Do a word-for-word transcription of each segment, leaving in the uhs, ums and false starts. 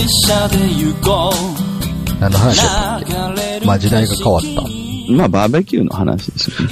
何の話だったっけ？まあ時代が変わった。 まあバーベキューの話ですよね。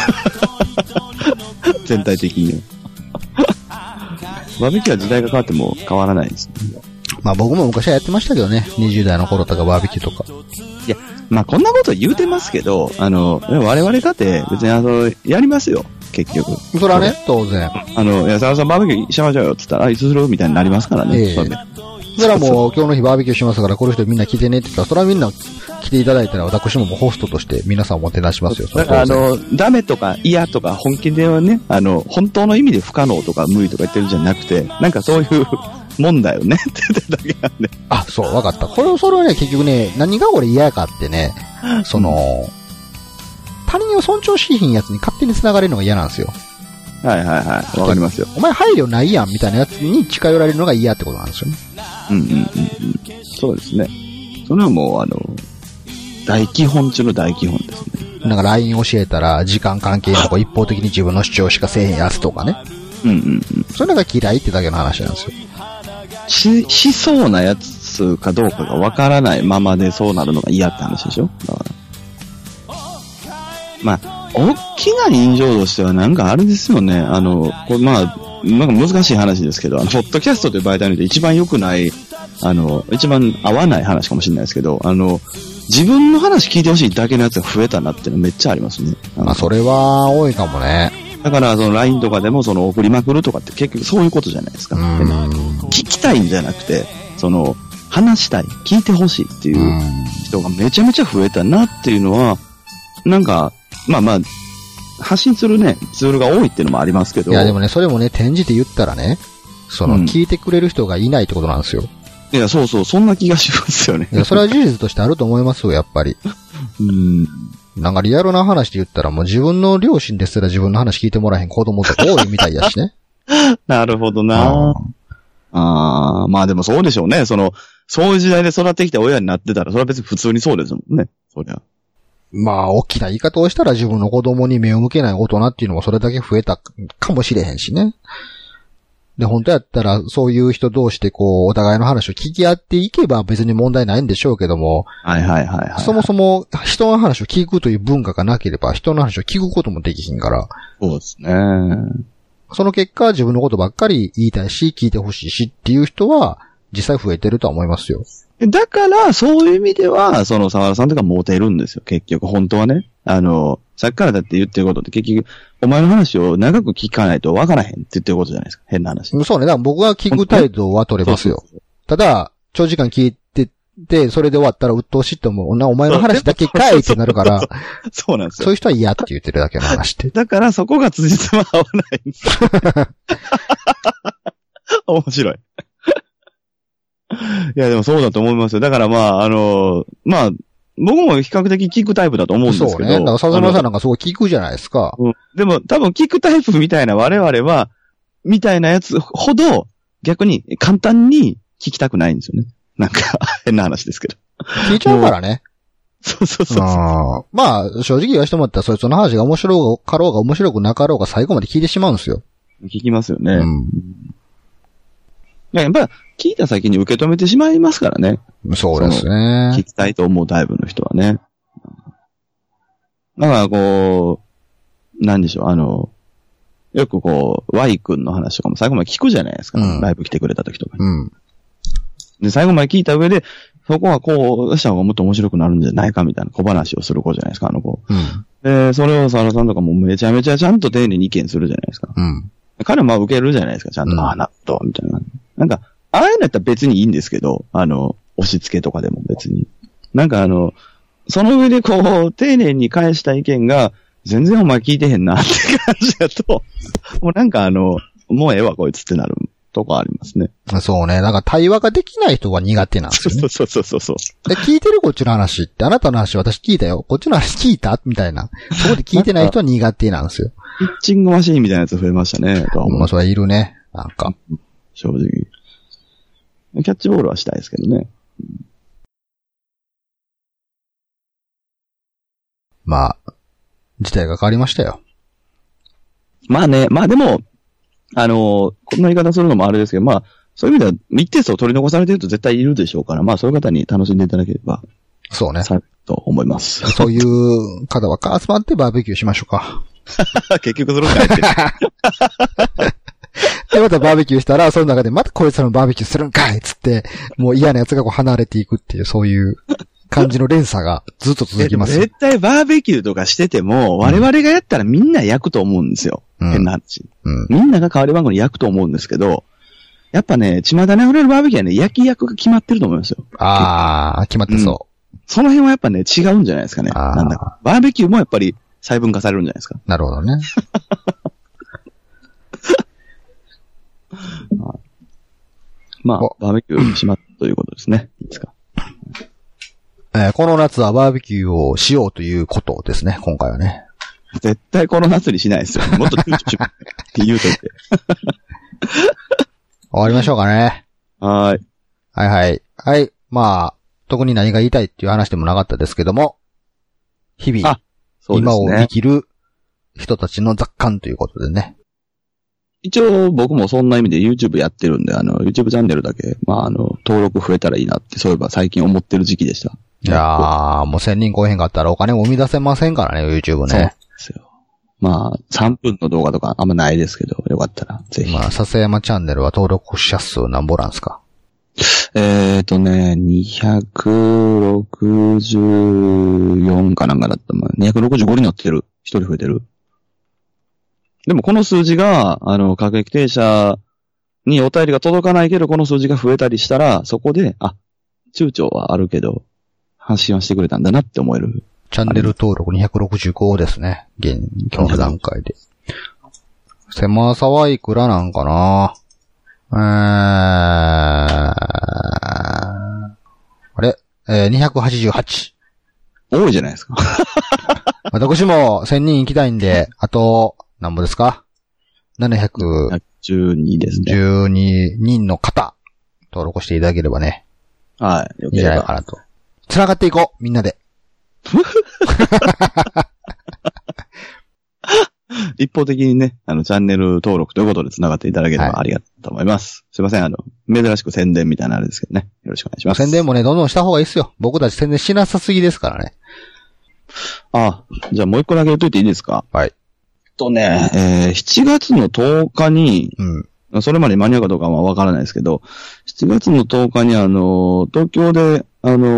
全体的には。バーベキューは時代が変わっても変わらないです、ね。 まあ僕も昔はやってましたけどね。にじゅう代の頃とかバーベキューとか。 いや、まあこんなこと言うてますけど、あの、我々かって別にあの、やりますよ。結局。 それはね、当然。 あの、いや、沢田さんバーベキューしましょうよって言ったら、あ、いつするみたいになりますからね。ええ、 それはもう今日の日バーベキューしますからこの人みんな来てねって言ったら、それはみんな来ていただいたら私ももうホストとして皆さんをもてなしますよ。 だからあのダメとか嫌とか本気ではね、あの本当の意味で不可能とか無理とか言ってるんじゃなくて、なんかそういうもんだよねって言ってるだけなんで。 あ、そう、わかった。これそれはね、結局ね、何がこれ嫌かってね、その、うん、他人を尊重しひんやつに勝手に繋がれるのが嫌なんですよ。 はいはいはい。わかりますよ。 お前配慮ないやんみたいなやつに近寄られるのが嫌ってことなんですよね。 うんうんうんうん。そうですね。それはもうあの、大基本中の大基本ですね。 なんか ライン 教えたら時間関係なく一方的に自分の主張しかせえへんやつとかね。 うんうんうん。 それが嫌いってだけの話なんですよ。 し、しそうなやつかどうかがわからないままでそうなるのが嫌って話でしょ？だから。まあ、大きな人情としてはなんかあれですよね。あの、これまあ、なんか難しい話ですけど、あの、ポッドキャストという媒体において一番良くない、あの、一番合わない話かもしれないですけど、あの、自分の話聞いてほしいだけのやつが増えたなっていうのめっちゃありますね。 まあ、それは多いかもね。 だから、その ライン とかでもその送りまくるとかって結局そういうことじゃないですか。聞きたいんじゃなくて、その、話したい、聞いてほしいっていう人がめちゃめちゃ増えたなっていうのは、なんか、まあまあ、発信するね、ツールが多いっていうのもありますけど。 いやでもね、それもね、転じて言ったらね、その、うん、聞いてくれる人がいないってことなんですよ。 いや、そうそう、そんな気がしますよね。 いや、それは事実としてあると思いますよ、やっぱり。 うん。 なんかリアルな話で言ったらもう自分の両親ですら自分の話聞いてもらえへん子供って多いみたいやしね。 なるほどな。ああ、まあでもそうでしょうね。その、そういう時代で育ってきた親になってたら、それは別に普通にそうですもんね。そりゃ。 まあ、大きな言い方をしたら自分の子供に目を向けない大人っていうのもそれだけ増えたかもしれへんしね。で、本当やったら、そういう人同士でこう、お互いの話を聞き合っていけば別に問題ないんでしょうけども。 はいはいはい、はい。 そもそも、人の話を聞くという文化がなければ、人の話を聞くこともできひんから。 そうですね。 その結果、自分のことばっかり言いたいし、聞いてほしいしっていう人は、実際増えてるとは思いますよ。 だから、そういう意味では、その沢田さんとかモテるんですよ、結局。本当はね。あの、さっきからだって言ってることって結局、お前の話を長く聞かないと分からへんって言ってることじゃないですか。変な話。 そうね。だから僕は聞く態度は取れますよ。そうそうそう。ただ、長時間聞いてて、それで終わったら鬱陶しいと思う。な、お前の話だけかいってなるから。 そうなんですよ。 そういう人は嫌って言ってるだけの話って。 だからそこが辻褄合わないんですよ。面白い。いや、でもそうだと思いますよ。だからまあ、あの、まあ、僕も比較的聞くタイプだと思うんですけど。そうね。 だから笹村さんなんかすごい聞くじゃないですか。 うん。でも多分聞くタイプみたいな我々は、みたいなやつほど、逆に簡単に聞きたくないんですよね。なんか、変な話ですけど。 聞いちゃうからね。 そうそうそうそう。 あまあ、正直言わせてもらったら、そいつの話が面白かろうが面白くなかろうが最後まで聞いてしまうんですよ。 聞きますよね。 うん。 やっぱ聞いた先に受け止めてしまいますからね。 そうですね。 聞きたいと思うタイプの人はね。だからこう、なんでしょう、あの、よくこう、Y 君の話とかも最後まで聞くじゃないですか。うん、ライブ来てくれた時とかに。 うん。 で、最後まで聞いた上で、そこはこうした方がもっと面白くなるんじゃないかみたいな小話をする子じゃないですか、あの子。 うん。 で、それを沢田さんとかもめちゃめちゃちゃんと丁寧に意見するじゃないですか。 うん。 彼もまあ受けるじゃないですか、ちゃんと。うん、ああ、なっと、みたいな。なんか、ああいうのやったら別にいいんですけど、あの、押し付けとかでも別に。なんかあの、その上でこう、丁寧に返した意見が、全然お前聞いてへんなって感じだと、もうなんかあの、もうええわこいつってなるとこありますね。 そうね。なんか対話ができない人が苦手なんですよね。 そうそうそうそう。 で、聞いてるこっちの話って、あなたの話私聞いたよ。こっちの話聞いたみたいな。そこで聞いてない人は苦手なんですよ。 ピッチングマシーンみたいなやつ増えましたね。とは思う。 まあ、それはいるね。なんか。 正直。キャッチボールはしたいですけどね。 まあ、時代が変わりましたよ。 まあね、まあでも、あの、こんな言い方するのもあれですけど、まあ、 そういう意味では、一定数を取り残されていると絶対いるでしょうから、まあそういう方に楽しんでいただければ。 そうね。 さと思います。 そういう方は集まってバーベキューしましょうか。 結局それかいって。 で、またバーベキューしたら、その中でまたこいつらのバーベキューするんかいっつって、もう嫌な奴がこう離れていくっていう、そういう感じの連鎖がずっと続きます。 絶対バーベキューとかしてても、我々がやったらみんな焼くと思うんですよ。うん、変な話、うん。みんなが代わり番号に焼くと思うんですけど、やっぱね、巷に溢れるバーベキューはね、焼き役が決まってると思いますよ。 あー、決まってそう、 うん。その辺はやっぱね、違うんじゃないですかね。なんだか。バーベキューもやっぱり細分化されるんじゃないですか。 なるほどね。 まあ、バーベキューしまったということですね。いいですか。 えー、この夏はバーベキューをしようということですね、今回はね。 絶対この夏にしないですよ。もっと躊躇しますって言うといて。 終わりましょうかね。 はーい。 はいはい。はい。まあ、特に何が言いたいっていう話でもなかったですけども、日々、そうですね、今を生きる人たちの雑感ということでね。 一応僕もそんな意味で YouTube やってるんで、あの、YouTube チャンネルだけ、まああの、登録増えたらいいなって、そういえば最近思ってる時期でした。 いやー、もうせんにん超えへんかったらお金も生み出せませんからね、YouTube ね。そうですよ。 まあ、さんぷんの動画とかあんまないですけど、よかったら、ぜひ。 まあ、笹山チャンネルは登録者数なんぼなんすか？ えーとね、にひゃくろくじゅうよんかなんかだった。にひゃくろくじゅうごになってる。一人増えてる。でもこの数字が、あの、各駅停車にお便りが届かないけど、この数字が増えたりしたら、そこで、あ、躊躇はあるけど、発信はしてくれたんだなって思える。 チャンネル登録にひゃくろくじゅうごですね。現、今日の段階で。狭さはいくらなんかなえー、あれえー、にひゃくはちじゅうはち。 多いじゃないですか。 私もせんにん行きたいんで、あと、何ぼですか ?ななひゃくじゅうにですね。 じゅうににんの方、登録していただければね。 はい。 いいんじゃないかなと。繋がっていこうみんなで。 一方的にね、あの、チャンネル登録ということで繋がっていただければありがたいと思います。はい、すいません、あの、珍しく宣伝みたいなあれですけどね。よろしくお願いします。 宣伝もね、どんどんした方がいいですよ。僕たち宣伝しなさすぎですからね。 あ、じゃあもう一個だけ言っといていいですか？ はい。 とね、えー、しちがつのとおかに、うん、それまで間に合うかどうかはわからないですけど、しちがつのとおかにあの、東京で、あの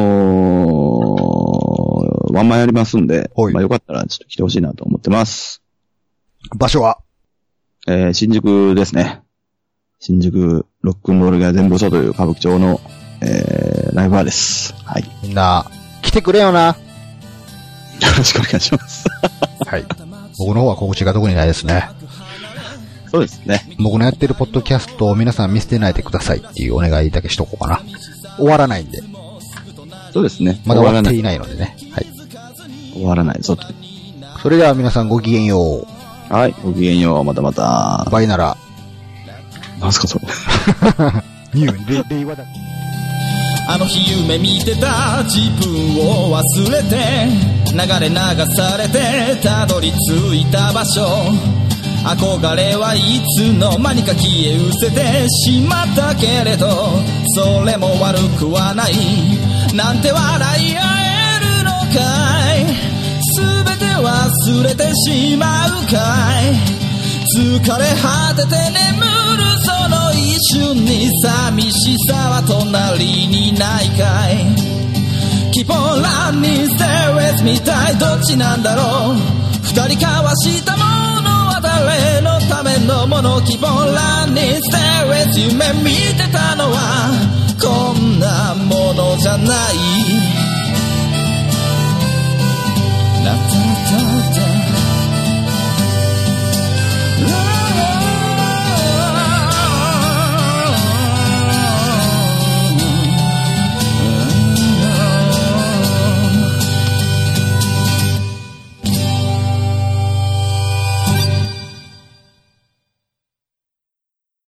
ー、ワンマンやりますんで、まあよかったらちょっと来てほしいなと思ってます。 場所はえー、新宿ですね。新宿ロックンロールが全部嘘という歌舞伎町の、えー、ライブバーです。はい。 みんな、来てくれよな。 よろしくお願いします。 はい。僕の方は告知が特にないですね。 そうですね。 僕のやってるポッドキャストを皆さん見捨てないでくださいっていうお願いだけしとこうかな。終わらないんで。 そうですね。 まだ終わっていないのでね。はい。 終わらないぞと。 それでは皆さんごきげんよう。 はい。ごきげんよう。またまた。 バイなら。 なんすかそれ。 ニュー、令和だ。 あの日夢見てた自分を忘れて流れ流されてたどり着いた場所憧れはいつの間にか消え失せてしまったけれどそれも悪くはないなんて笑い合えるのかい全て忘れてしまうかい疲れ果てて眠るその一瞬に寂しさは隣にないかい Keep on running stay with me たいどっちなんだろう二人交わしたものは誰のためのもの Keep on running stay with you 夢見てたのは